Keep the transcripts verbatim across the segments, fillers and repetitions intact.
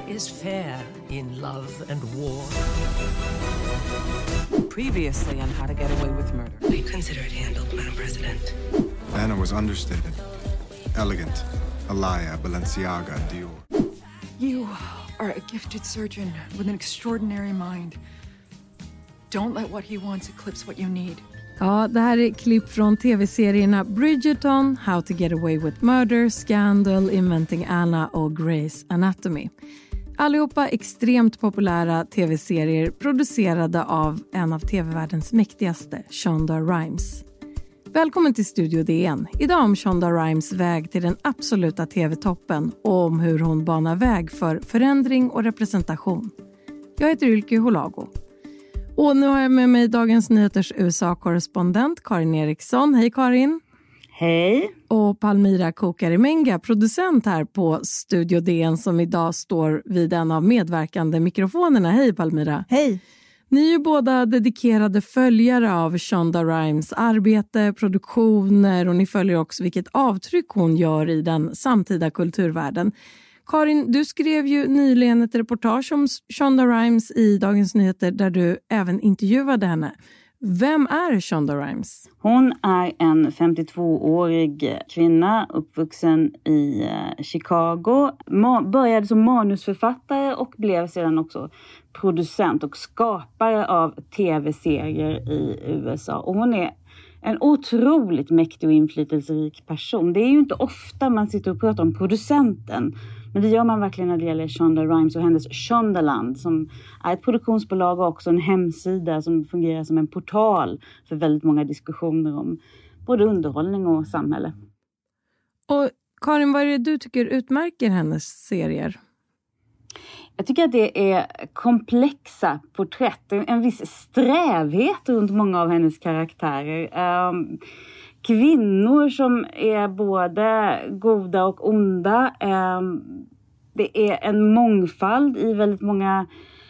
is fair in love and war. Previously on How to Get Away with Murder. I consider it handled, Madam President. Anna was understated, elegant, Alaya, Balenciaga, Dior. You are a gifted surgeon with an extraordinary mind. Don't let what he wants eclipse what you need. Ja, det här är klipp från tv-serierna Bridgerton, How to Get Away with Murder, Scandal, Inventing Anna och Grey's Anatomy. Allihopa extremt populära tv-serier producerade av en av tv-världens mäktigaste, Shonda Rhimes. Välkommen till Studio D N. Idag om Shonda Rhimes väg till den absoluta tv-toppen och om hur hon banar väg för förändring och representation. Jag heter Ylke Holago. Och nu har jag med mig Dagens Nyheters U S A-korrespondent Karin Eriksson. Hej Karin! Hej! Och Palmira Kokarimenga, producent här på Studio D N som idag står vid en av medverkande mikrofonerna. Hej Palmira! Hej! Ni är ju båda dedikerade följare av Shonda Rhimes arbete, produktioner och ni följer också vilket avtryck hon gör i den samtida kulturvärlden. Karin, du skrev ju nyligen ett reportage om Shonda Rhimes i Dagens Nyheter där du även intervjuade henne. Vem är Shonda Rhimes? Hon är en femtiotvåårig kvinna uppvuxen i Chicago. Ma- började som manusförfattare och blev sedan också producent och skapare av tv-serier i U S A. Och hon är en otroligt mäktig och inflytelserik person. Det är ju inte ofta man sitter och pratar om producenten. Men det gör man verkligen när det gäller Shonda Rhimes och hennes Shondaland som är ett produktionsbolag och också en hemsida som fungerar som en portal för väldigt många diskussioner om både underhållning och samhälle. Och Karin, vad är det du tycker utmärker hennes serier? Jag tycker att det är komplexa porträtt, en viss strävhet runt många av hennes karaktärer. Um, Kvinnor som är både goda och onda. Det är en mångfald i väldigt många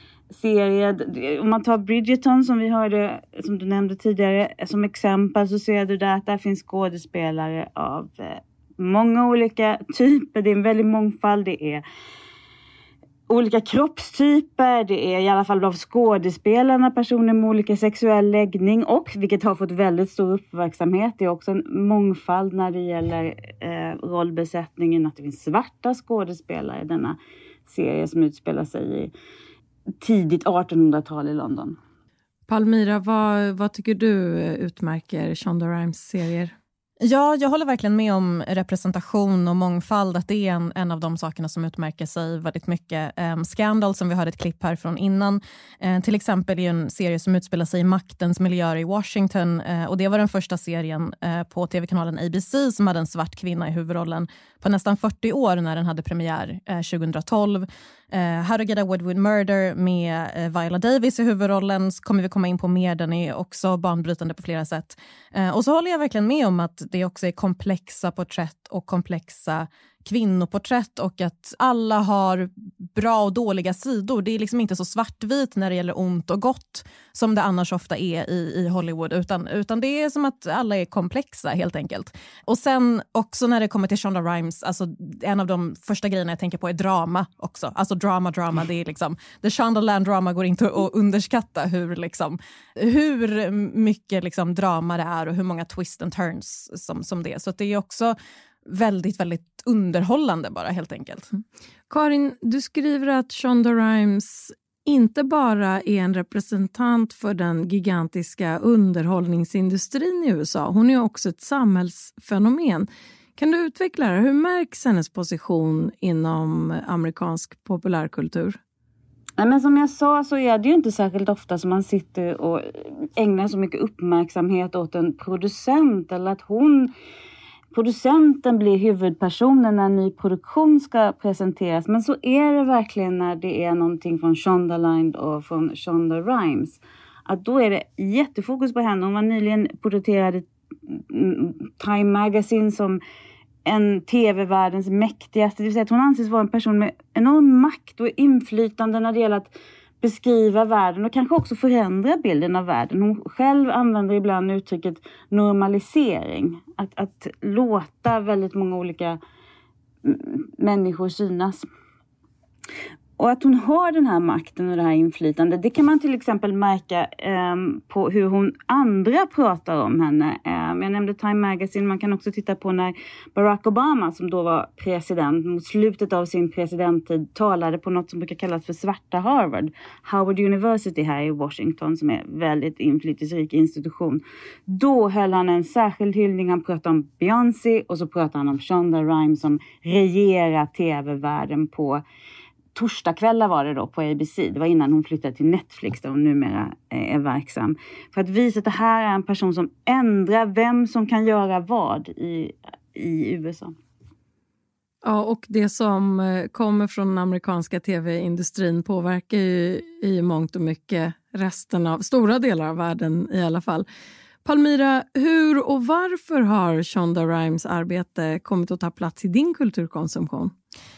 serier. Om man tar Bridgerton som vi hörde, som du nämnde tidigare, som exempel så ser du där att där finns skådespelare av många olika typer. Det är en väldig mångfald. Det är olika kroppstyper, det är i alla fall av skådespelarna personer med olika sexuell läggning och vilket har fått väldigt stor uppmärksamhet. Det är också en mångfald när det gäller eh, rollbesättningen, att det finns svarta skådespelare i denna serie som utspelar sig i tidigt artonhundratal i London. Palmira, vad, vad tycker du utmärker Shonda Rhimes serier? Ja, jag håller verkligen med om representation och mångfald, att det är en, en av de sakerna som utmärker sig väldigt mycket. Um, Scandal som vi hörde ett klipp här från innan, uh, till exempel är en serie som utspelar sig i maktens miljöer i Washington uh, och det var den första serien uh, på tv-kanalen A B C som hade en svart kvinna i huvudrollen på nästan fyrtio år när den hade premiär uh, tjugohundratolv. Uh, How to Get Away with Murder med uh, Viola Davis i huvudrollen kommer vi komma in på mer, den är också banbrytande på flera sätt. Uh, och så håller jag verkligen med om att det också är komplexa porträtt och komplexa kvinnoporträtt och att alla har bra och dåliga sidor. Det är liksom inte så svartvit när det gäller ont och gott som det annars ofta är i, i Hollywood utan, utan det är som att alla är komplexa helt enkelt. Och sen också när det kommer till Shonda Rhimes, alltså en av de första grejerna jag tänker på är drama också. Alltså drama, drama, det är liksom the Shondaland drama går inte att underskatta hur, liksom, hur mycket liksom drama det är och hur många twist and turns som, som det är. Så att det är också väldigt, väldigt underhållande bara helt enkelt. Mm. Karin, du skriver att Shonda Rhimes inte bara är en representant för den gigantiska underhållningsindustrin i U S A. Hon är också ett samhällsfenomen. Kan du utveckla det? Hur märks hennes position inom amerikansk populärkultur? Nej, men som jag sa så är det ju inte särskilt ofta som man sitter och ägnar så mycket uppmärksamhet åt en producent eller att hon... Producenten blir huvudpersonen när en ny produktion ska presenteras. Men så är det verkligen när det är någonting från Shondaland och från Shonda Rhimes. Att då är det jättefokus på henne. Hon var nyligen porträtterad i Time Magazine som en tv-världens mäktigaste. Det vill säga att hon anses vara en person med enorm makt och inflytande när det gäller att beskriva världen och kanske också förändra bilden av världen. Hon själv använder ibland uttrycket normalisering. Att, att låta väldigt många olika människor synas. Och att hon har den här makten och det här inflytandet, det kan man till exempel märka eh, på hur hon andra pratar om henne. Eh, jag nämnde Time Magazine, man kan också titta på när Barack Obama, som då var president, mot slutet av sin presidenttid talade på något som brukar kallas för svarta Harvard. Howard University här i Washington, som är en väldigt inflytelserik institution. Då höll han en särskild hyllning, han pratade om Beyoncé och så pratade han om Shonda Rhimes som regerar tv-världen på torsdagskvällar var det då på A B C. Det var innan hon flyttade till Netflix där hon numera är verksam. För att visa att det här är en person som ändrar vem som kan göra vad i, i U S A. Ja, och det som kommer från den amerikanska tv-industrin påverkar ju i mångt och mycket resten av, stora delar av världen i alla fall. Palmira, hur och varför har Shonda Rhimes arbete kommit att ta plats i din kulturkonsumtion?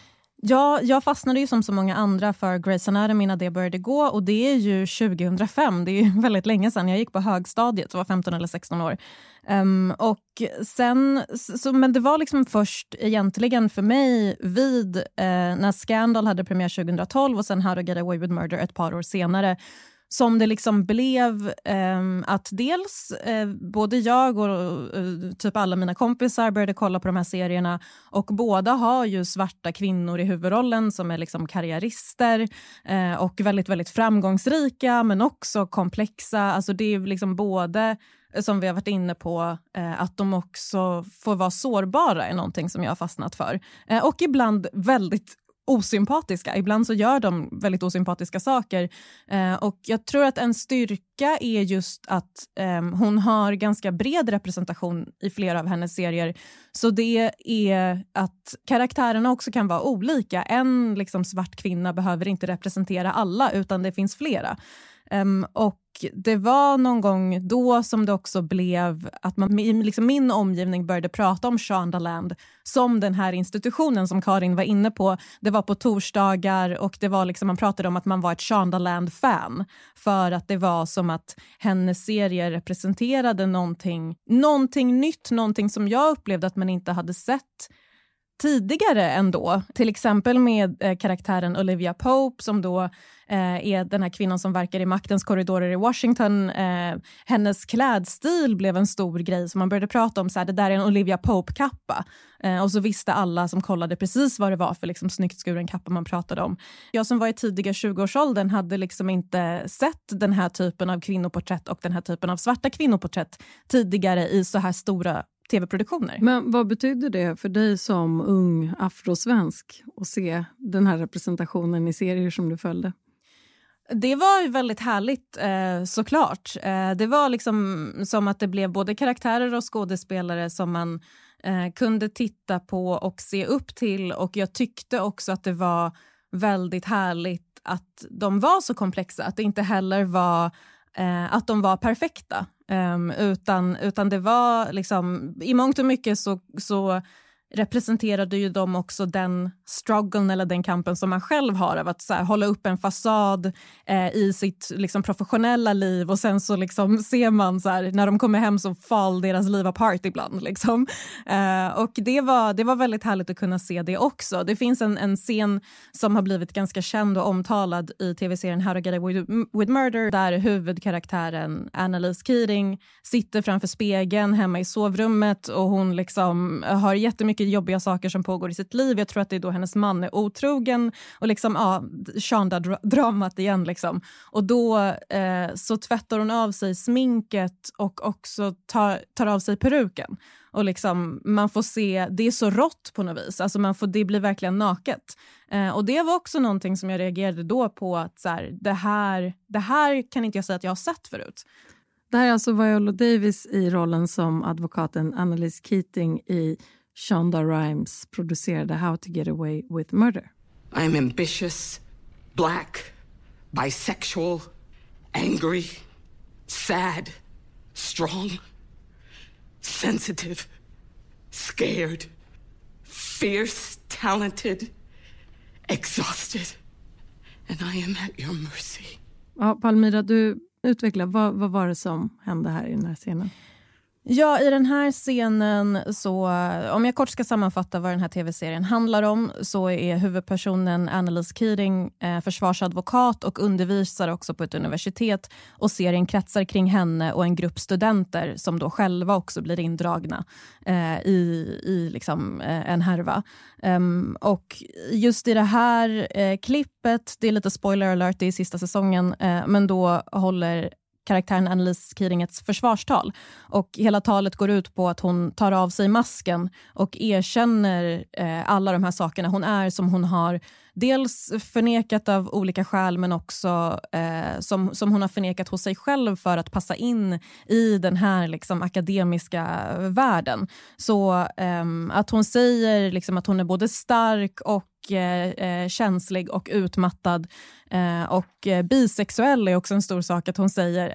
Ja, jag fastnade ju som så många andra för Grey's Anatomy när det började gå, och det är ju tjugohundrafem, det är ju väldigt länge sedan. Jag gick på högstadiet, var femton eller sexton år. Um, och sen, så, men det var liksom först egentligen för mig vid eh, när Scandal hade premiär tjugohundratolv och sen How to Get Away with Murder ett par år senare, som det liksom blev eh, att dels eh, både jag och eh, typ alla mina kompisar började kolla på de här serierna, och båda har ju svarta kvinnor i huvudrollen som är liksom karriärister eh, och väldigt, väldigt framgångsrika, men också komplexa. Alltså det är liksom både, som vi har varit inne på, eh, att de också får vara sårbara är någonting som jag har fastnat för. Eh, och ibland väldigt osympatiska. Ibland så gör de väldigt osympatiska saker. Eh, och jag tror att en styrka är just att eh, hon har ganska bred representation i flera av hennes serier. Så det är att karaktärerna också kan vara olika. En liksom svart kvinna behöver inte representera alla, utan det finns flera. Um, och det var någon gång då som det också blev att man, liksom min omgivning började prata om Shondaland som den här institutionen som Karin var inne på. Det var på torsdagar och det var liksom, man pratade om att man var ett Shondaland-fan, för att det var som att hennes serie representerade någonting, någonting nytt, någonting som jag upplevde att man inte hade sett tidigare ändå. Till exempel med eh, karaktären Olivia Pope, som då eh, är den här kvinnan som verkar i maktens korridorer i Washington. Eh, hennes klädstil blev en stor grej, så man började prata om så här, det där är en Olivia Pope-kappa. Eh, och så visste alla som kollade precis vad det var för liksom, snyggt skuren kappa man pratade om. Jag som var i tidiga tjugoårsåldern hade liksom inte sett den här typen av kvinnoporträtt och den här typen av svarta kvinnoporträtt tidigare i så här stora tv-produktioner. Men vad betyder det för dig som ung afrosvensk att se den här representationen i serier som du följde? Det var ju väldigt härligt eh, såklart. Eh, det var liksom som att det blev både karaktärer och skådespelare som man eh, kunde titta på och se upp till, och jag tyckte också att det var väldigt härligt att de var så komplexa, att det inte heller var eh, att de var perfekta. Um, utan, utan det var liksom, i mångt och mycket så, så representerade ju de också den strugglen eller den kampen som man själv har av att så här, hålla upp en fasad eh, i sitt liksom, professionella liv, och sen så liksom, ser man så här, när de kommer hem så fall deras liv apart ibland. Liksom. Eh, och det var, det var väldigt härligt att kunna se det också. Det finns en, en scen som har blivit ganska känd och omtalad i tv-serien How to Get Away with Murder, där huvudkaraktären Annalise Keating sitter framför spegeln hemma i sovrummet, och hon liksom har jättemycket jobbiga saker som pågår i sitt liv. Jag tror att det är då hennes man är otrogen, och liksom, ja, Shonda-dramat igen liksom. Och då eh, så tvättar hon av sig sminket och också tar, tar av sig peruken. Och liksom, man får se, det är så rått på något vis. Alltså man får, det blir verkligen naket. Eh, och det var också någonting som jag reagerade då på, att så här, det, här, det här kan inte jag säga att jag har sett förut. Det här är alltså Viola Davis i rollen som advokaten Annalise Keating i Shonda Rhimes producerade How to Get Away with Murder. I'm ambitious, black, bisexual, angry, sad, strong, sensitive, scared, fierce, talented, exhausted, and I am at your mercy. Ja, Palmira, du utvecklar. Vad, vad var det som hände här i den här scenen? Ja, i den här scenen så, om jag kort ska sammanfatta vad den här tv-serien handlar om, så är huvudpersonen Annalise Keating eh, försvarsadvokat och undervisar också på ett universitet, och serien kretsar kring henne och en grupp studenter som då själva också blir indragna eh, i, i liksom, eh, en härva. Um, och just i det här eh, klippet, det är lite spoiler alert, det är sista säsongen, eh, men då håller karaktären Annalise Keating ett försvarstal. Och hela talet går ut på att hon tar av sig masken och erkänner eh, alla de här sakerna. Hon är som hon har dels förnekat av olika skäl, men också eh, som, som hon har förnekat hos sig själv för att passa in i den här liksom, akademiska världen. Så eh, att hon säger liksom, att hon är både stark och Eh, känslig och utmattad eh, och eh, bisexuell är också en stor sak att hon säger.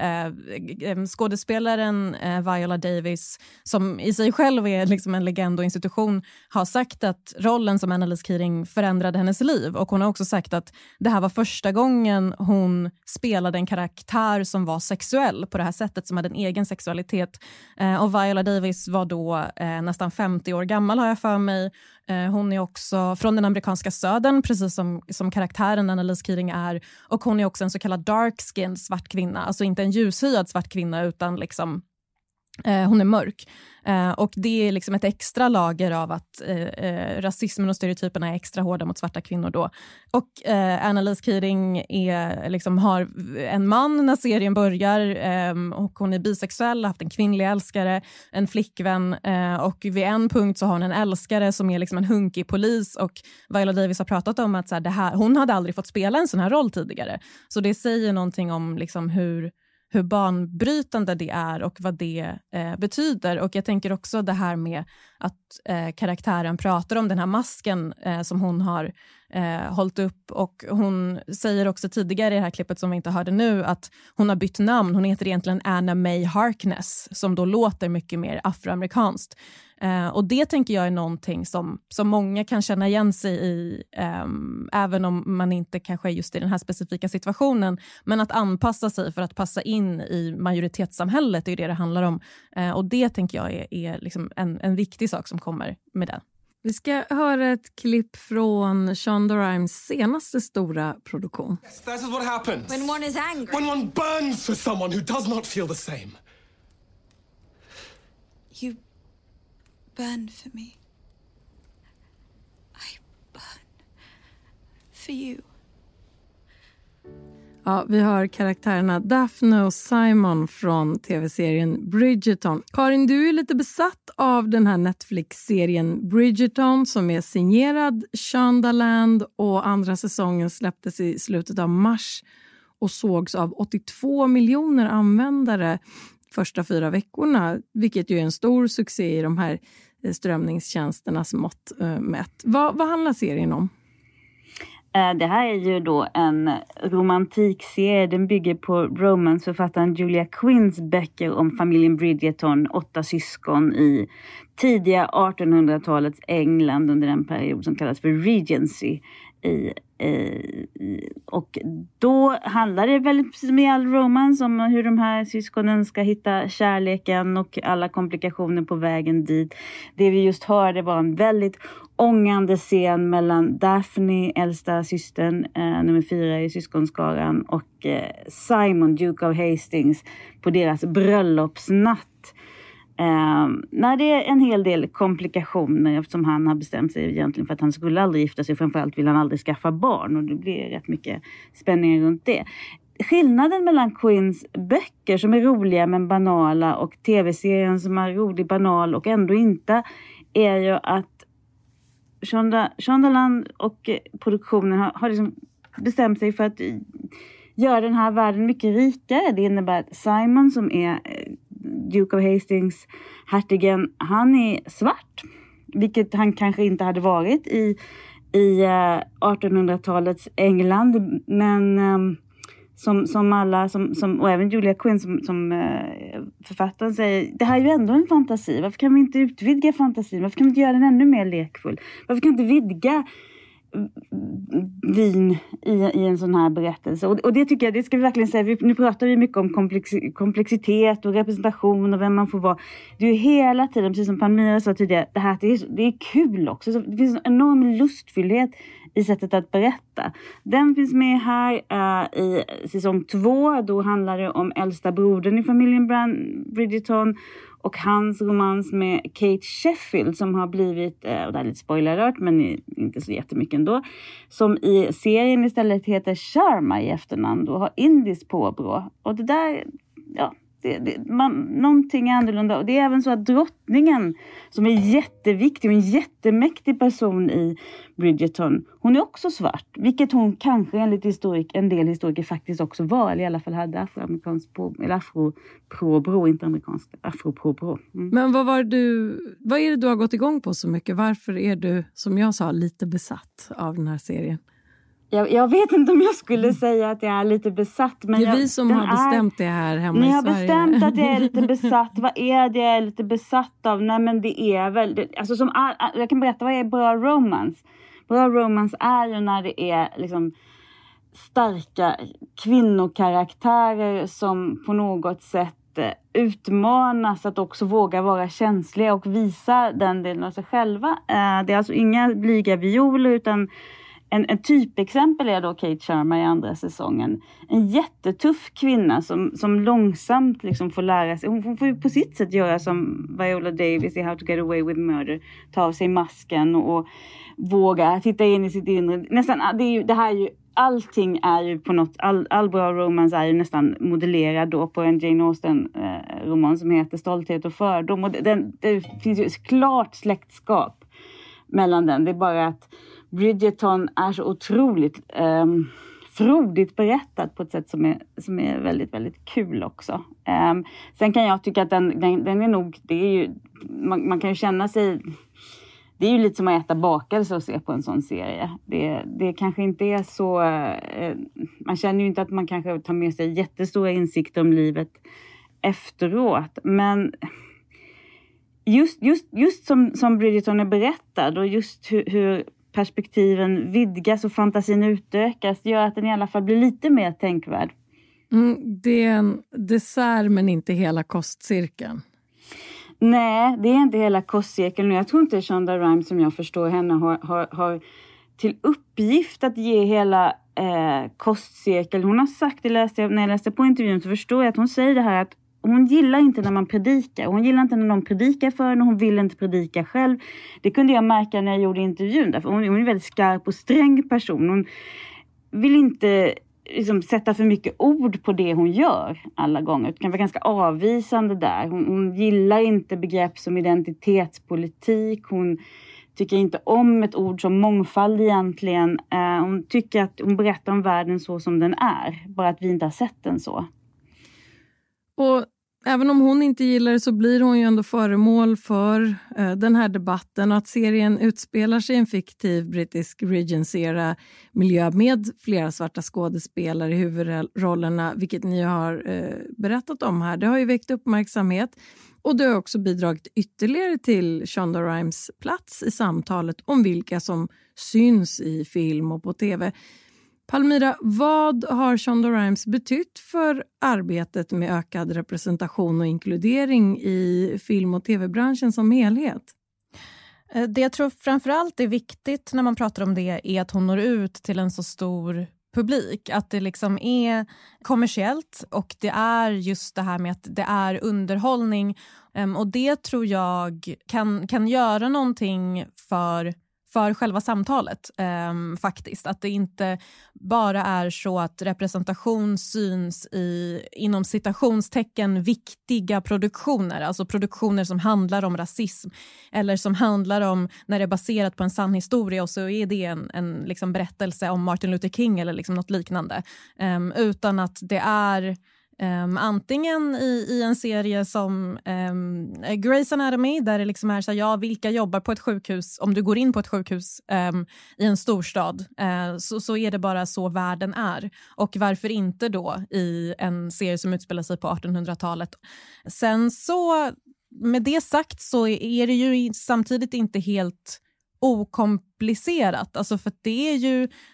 Eh, skådespelaren eh, Viola Davis, som i sig själv är liksom en legend och institution, har sagt att rollen som Annalise Keating förändrade hennes liv, och hon har också sagt att det här var första gången hon spelade en karaktär som var sexuell på det här sättet, som hade en egen sexualitet. Eh, och Viola Davis var då eh, nästan femtio år gammal, har jag för mig. Hon är också från den amerikanska södern, precis som, som karaktären Annalise Keating är. Och hon är också en så kallad dark-skinned svart kvinna. Alltså inte en ljushyad svart kvinna, utan liksom, eh, hon är mörk. Eh, och det är liksom ett extra lager av att eh, rasismen och stereotyperna är extra hårda mot svarta kvinnor då. Och eh, Annalise Keating är, liksom, har en man när serien börjar, eh, och hon är bisexuell, har haft en kvinnlig älskare, en flickvän, eh, och vid en punkt så har hon en älskare som är liksom en hunkig polis, och Viola Davis har pratat om att så här, det här, hon hade aldrig fått spela en sån här roll tidigare. Så det säger någonting om liksom, hur hur banbrytande det är och vad det eh, betyder. Och jag tänker också det här med att eh, karaktären pratar om den här masken eh, som hon har eh, hållit upp. Och hon säger också tidigare i det här klippet som vi inte hörde nu att hon har bytt namn. Hon heter egentligen Anna May Harkness, som då låter mycket mer afroamerikanskt. Eh, och det tänker jag är någonting som, som många kan känna igen sig i, eh, även om man inte kanske är just i den här specifika situationen. Men att anpassa sig för att passa in i majoritetssamhället är ju det det handlar om. Eh, och det tänker jag är, är liksom en, en viktig sak som kommer med det. Vi ska höra ett klipp från Shonda Rhimes senaste stora produktion. Yes, that is what happens. When one is angry. When one burns for someone who does not feel the same. You burn for me. I burn for you. Ja, vi har karaktärerna Daphne och Simon från tv-serien Bridgerton. Karin, du är lite besatt av den här Netflix-serien Bridgerton som är signerad Shondaland, och andra säsongen släpptes i slutet av mars och sågs av åttiotvå miljoner användare första fyra veckorna, vilket ju är en stor succé i de här strömningstjänsternas mått mätt. Vad, vad handlar serien om? Det här är ju då en romantikserie. Den bygger på romansförfattaren Julia Quinns böcker om familjen Bridgerton, åtta syskon i tidiga artonhundratalets England under en period som kallas för Regency. I, i, och då handlar det väldigt precis som i all romans om hur de här syskonen ska hitta kärleken och alla komplikationer på vägen dit. Det vi just hörde var en väldigt ångande scen mellan Daphne, äldsta systern, eh, nummer fyra i syskonskaran, och eh, Simon, Duke of Hastings, på deras bröllopsnatt. Eh, när det är en hel del komplikationer eftersom han har bestämt sig egentligen för att han skulle aldrig gifta sig. Framförallt vill han aldrig skaffa barn, och det blir rätt mycket spänning runt det. Skillnaden mellan Quinns böcker som är roliga men banala och tv-serien som är rolig, banal och ändå inte är ju att Shonda, Shondaland och produktionen har, har liksom bestämt sig för att göra den här världen mycket rikare. Det innebär att Simon, som är Duke of Hastings, hertigen, han är svart. Vilket han kanske inte hade varit i, i artonhundratalets England. Men um, som, som alla, som, som, och även Julia Quinn som, som uh, författaren säger, det här är ju ändå en fantasi. Varför kan vi inte utvidga fantasin? Varför kan vi inte göra den ännu mer lekfull? Varför kan vi inte vidga vin i, i en sån här berättelse. Och, och det tycker jag, det ska vi verkligen säga. Vi, nu pratar vi mycket om komplex, komplexitet och representation och vem man får vara. Det är ju hela tiden, precis som Palmira sa tidigare, det här det är, det är kul också. Så det finns en enorm lustfylldhet i sättet att berätta. Den finns med här uh, i säsong två. Då handlar det om äldsta brodern i familjen Bridgerton och hans romans med Kate Sheffield som har blivit, uh, och det är lite spoilerört men inte så jättemycket ändå, som i serien istället heter Sharma i efternamn och har indiskt påbrå. Och det där, ja, Det, det, man, någonting är annorlunda. Och det är även så att drottningen, som är jätteviktig och en jättemäktig person i Bridgerton, hon är också svart. Vilket hon kanske enligt historik, en del historiker faktiskt också var. Eller i alla fall hade afroamerikansk på, eller afro-påbrå, inte amerikansk, afro-påbrå. Mm. Men vad, var du, vad är det du har gått igång på så mycket? Varför är du, som jag sa, lite besatt av den här serien? Jag, jag vet inte om jag skulle säga att jag är lite besatt. Men det är jag, vi som har bestämt är, det här hemma ni i har Sverige. bestämt att jag är lite besatt. Vad är det jag är lite besatt av? Nej men det är väl... Det, alltså som, jag kan berätta, vad är bra romance? Bra romance är ju när det är liksom starka kvinnokaraktärer som på något sätt utmanas att också våga vara känsliga och visa den delen av sig själva. Det är alltså inga blyga violer utan... En, en typexempel är då Kate Sharma i andra säsongen. En jättetuff kvinna som, som långsamt liksom får lära sig. Hon, hon får ju på sitt sätt göra som Viola Davis i How to Get Away with Murder. Ta av sig masken och, och våga titta in i sitt inre. Nästan, det, är ju, det här är ju, allting är ju på något, all, all bra romance är ju nästan modellerad då på en Jane Austen-roman eh, som heter Stolthet och fördom. Och det, den, det finns ju ett klart släktskap mellan den. Det är bara att Bridgerton är så otroligt eh, frodigt berättat på ett sätt som är, som är väldigt, väldigt kul också. Eh, sen kan jag tycka att den, den, den är nog, det är ju, man, man kan ju känna sig, det är ju lite som att äta bakelse och se på en sån serie. Det, det kanske inte är så, eh, man känner ju inte att man kanske tar med sig jättestora insikter om livet efteråt. Men just, just, just som, som Bridgerton är berättad och just hur, hur perspektiven vidgas och fantasin utökas gör att den i alla fall blir lite mer tänkvärd. Mm, det är en dessert men inte hela kostcirkeln. Nej, det är inte hela kostcirkeln. Jag tror inte Shonda Rhimes, som jag förstår henne, har, har, har till uppgift att ge hela eh, kostcirkeln. Hon har sagt, det läste jag, när jag läste på intervjun så förstår jag att hon säger det här att hon gillar inte när man predikar. Hon gillar inte när någon predikar för henne. Hon vill inte predika själv. Det kunde jag märka när jag gjorde intervjun. Därför hon, hon är en väldigt skarp och sträng person. Hon vill inte liksom, sätta för mycket ord på det hon gör alla gånger. Det kan vara ganska avvisande där. Hon, hon gillar inte begrepp som identitetspolitik. Hon tycker inte om ett ord som mångfald egentligen. Uh, hon tycker att hon berättar om världen så som den är. Bara att vi inte har sett den så. Och även om hon inte gillar det så blir hon ju ändå föremål för eh, den här debatten. Och att serien utspelar sig i en fiktiv brittisk Regency-era miljö med flera svarta skådespelare i huvudrollerna. Vilket ni har eh, berättat om här. Det har ju väckt uppmärksamhet. Och det har också bidragit ytterligare till Shonda Rhimes plats i samtalet om vilka som syns i film och på tv. Palmira, vad har Shonda Rhimes betytt för arbetet med ökad representation och inkludering i film- och tv-branschen som helhet? Det jag tror framförallt är viktigt när man pratar om det är att hon når ut till en så stor publik. Att det liksom är kommersiellt och det är just det här med att det är underhållning. Och det tror jag kan, kan göra någonting för... för själva samtalet eh, faktiskt. Att det inte bara är så att representation syns i inom citationstecken viktiga produktioner. Alltså produktioner som handlar om rasism. Eller som handlar om när det är baserat på en sann historia och så är det en, en liksom berättelse om Martin Luther King eller liksom något liknande. Eh, utan att det är... Um, antingen i, i en serie som um, Grey's Anatomy där det liksom är så här, ja, vilka jobbar på ett sjukhus, om du går in på ett sjukhus um, i en storstad uh, så, så är det bara så världen är. Och varför inte då i en serie som utspelar sig på artonhundratalet. Sen så, med det sagt så är det ju samtidigt inte helt okomplicerat. Alltså för det är ju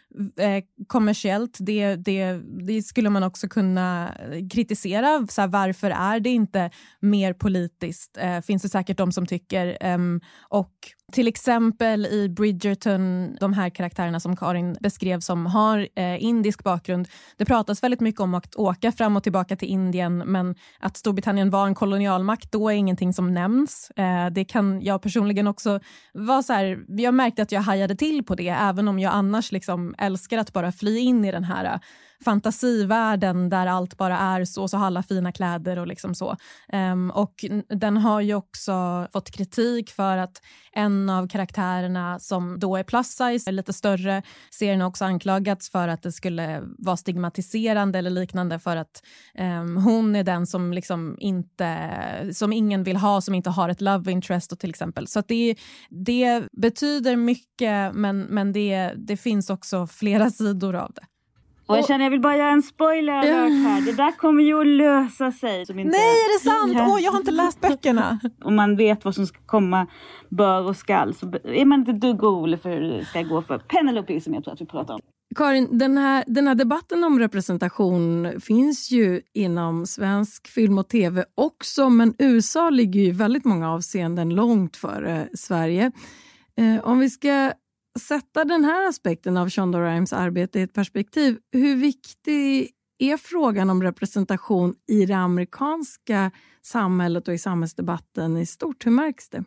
eh, kommersiellt. Det, det, det skulle man också kunna kritisera. Så här, varför är det inte mer politiskt? Eh, finns det säkert de som tycker. Eh, och till exempel i Bridgerton, de här karaktärerna som Karin beskrev som har eh, indisk bakgrund. Det pratas väldigt mycket om att åka fram och tillbaka till Indien, men att Storbritannien var en kolonialmakt, då är ingenting som nämns. Eh, det kan jag personligen också vara så här, jag märkte att jag hajade till på det, även om jag annars liksom älskar att bara fly in i den här fantasivärlden där allt bara är så, så har alla fina kläder och liksom så. Um, och den har ju också fått kritik för att en av karaktärerna som då är plus size, är lite större, serien har också anklagats för att det skulle vara stigmatiserande eller liknande, för att um, hon är den som liksom inte, som ingen vill ha, som inte har ett love interest och till exempel. Så att det, det betyder mycket, men, men det, det finns också flera sidor av det. Och jag känner, jag vill bara göra en spoiler alert här. Det där kommer ju att lösa sig. Som inte Nej, är det sant? Åh, oh, jag har inte läst böckerna. Om man vet vad som ska komma, bör och skall, så är man inte dugg orolig för hur det ska gå för Penelope, som jag tror att vi pratar om. Karin, den här, den här debatten om representation finns ju inom svensk film och tv också, men U S A ligger ju i väldigt många avseenden långt före Sverige. Eh, om vi ska sätta den här aspekten av Shonda Rhimes arbete i ett perspektiv, hur viktig är frågan om representation i det amerikanska samhället och i samhällsdebatten i stort? Hur märks det?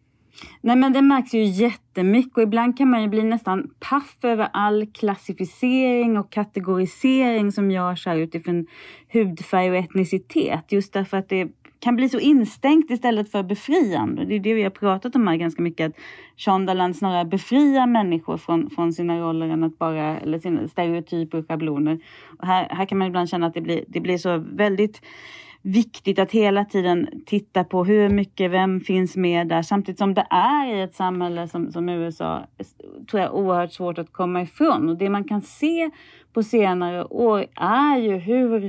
Nej, men det märks ju jättemycket, och ibland kan man ju bli nästan paff över all klassificering och kategorisering som görs här utifrån hudfärg och etnicitet, just därför att det kan bli så instängt istället för befriande. Det är det vi har pratat om här ganska mycket, att Shondaland snarare befriar människor från, från sina roller än att bara, eller sina stereotyper och schabloner. Och här, här kan man ibland känna att det blir, det blir så väldigt viktigt att hela tiden titta på hur mycket, vem finns med där, samtidigt som det är i ett samhälle som, som U S A, tror jag, oerhört svårt att komma ifrån. Och det man kan se på senare år är ju hur,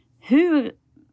hur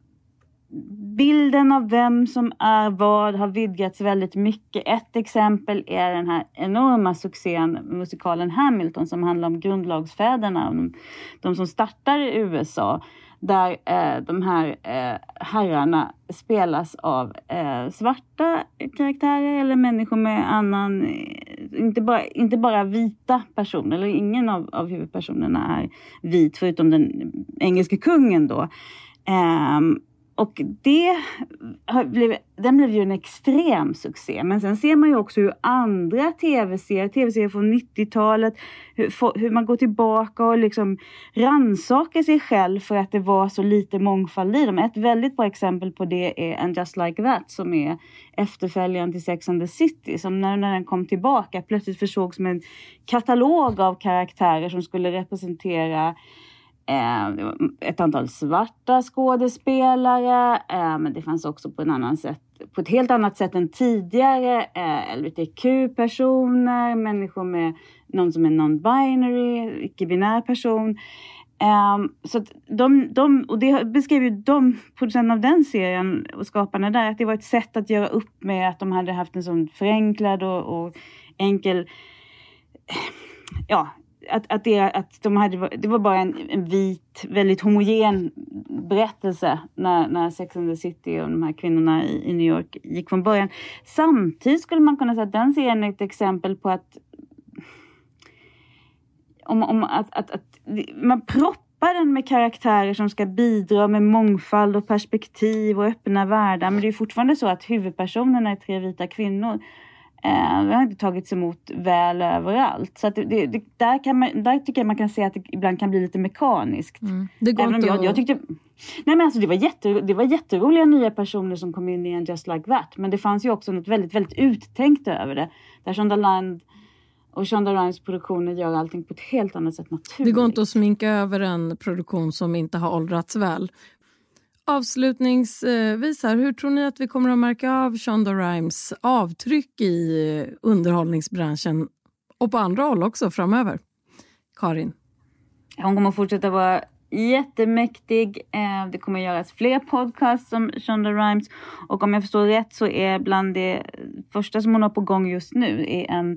bilden av vem som är vad har vidgats väldigt mycket. Ett exempel är den här enorma succén, musikalen Hamilton, som handlar om grundlagsfäderna, de, de som startar i U S A, där eh, de här eh, herrarna spelas av eh, svarta karaktärer eller människor med annan, inte bara, inte bara vita personer, eller ingen av, av huvudpersonerna är vit förutom den engelska kungen då. Eh, Och det blev, den blev ju en extrem succé. Men sen ser man ju också hur andra tv-serier, tv-serier från nittiotalet, hur, hur man går tillbaka och liksom rannsakar sig själv för att det var så lite mångfald i dem. Ett väldigt bra exempel på det är And Just Like That, som är efterföljaren till Sex and the City. Som när, när den kom tillbaka plötsligt försågs med en katalog av karaktärer som skulle representera ett antal svarta skådespelare, men det fanns också på en annan sätt, på ett helt annat sätt än tidigare, L G B T Q-personer, människor med någon som är non-binary, icke-binär person. Så att de, de, och det beskrev ju de producenterna av den serien och skaparna där, att det var ett sätt att göra upp med att de hade haft en sån förenklad och, och enkel, ja, Att, att, det, att de hade, det var bara en, en vit, väldigt homogen berättelse när, när Sex and the City och de här kvinnorna i, i New York gick från början. Samtidigt skulle man kunna säga att den serien är ett exempel på att, om, om att, att, att man proppar den med karaktärer som ska bidra med mångfald och perspektiv och öppna världar. Men det är fortfarande så att huvudpersonerna är tre vita kvinnor. Det har inte tagits emot väl överallt. Så att det, det, där, kan man, där tycker jag man kan se att det ibland kan bli lite mekaniskt. Mm. Det går inte jag, jag tyckte, nej men alltså det var, jätte, det var jätteroliga nya personer som kom in i en Just Like That. Men det fanns ju också något väldigt, väldigt uttänkt över det. Där Shondaland och Shonda Rhimes produktioner gör allting på ett helt annat sätt naturligt. Det går inte att sminka över en produktion som inte har åldrats väl. Avslutningsvis här, hur tror ni att vi kommer att märka av Shonda Rhimes avtryck i underhållningsbranschen och på andra håll också framöver? Karin? Hon kommer att fortsätta vara jättemäktig. Det kommer att göras fler podcasts som Shonda Rhimes. Och om jag förstår rätt så är bland det första som hon har på gång just nu är en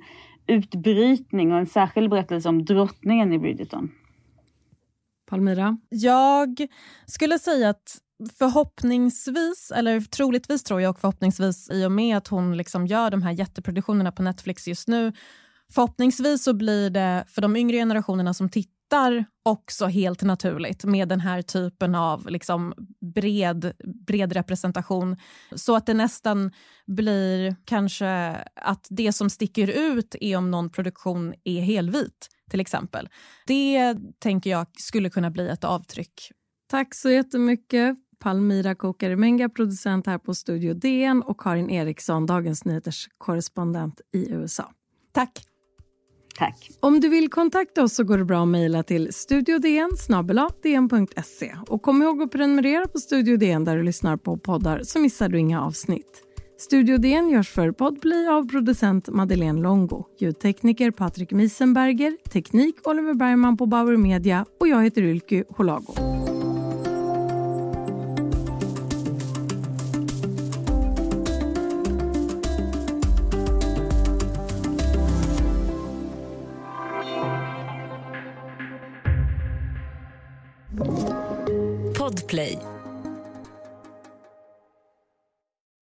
utbrytning och en särskild berättelse om drottningen i Bridgerton. Palmira? Jag skulle säga att förhoppningsvis, eller troligtvis tror jag och förhoppningsvis i och med att hon liksom gör de här jätteproduktionerna på Netflix just nu, förhoppningsvis så blir det för de yngre generationerna som tittar också helt naturligt med den här typen av liksom bred, bred representation. Så att det nästan blir kanske att det som sticker ut är om någon produktion är helvit till exempel. Det tänker jag skulle kunna bli ett avtryck. Tack så jättemycket. Palmira Kokare-Menga, producent här på Studio D N, och Karin Eriksson, Dagens Nyheters korrespondent i U S A. Tack. Tack. Om du vill kontakta oss så går det bra att mejla till studiodn snabel-a d n punkt se. Och kom ihåg att prenumerera på Studio D N där du lyssnar på poddar så missar du inga avsnitt. Studio D N görs för Podplay av producent Madeleine Longo, ljudtekniker Patrik Miesenberger, teknik Oliver Bergman på Bauer Media och jag heter Ylke Holago. Podplay.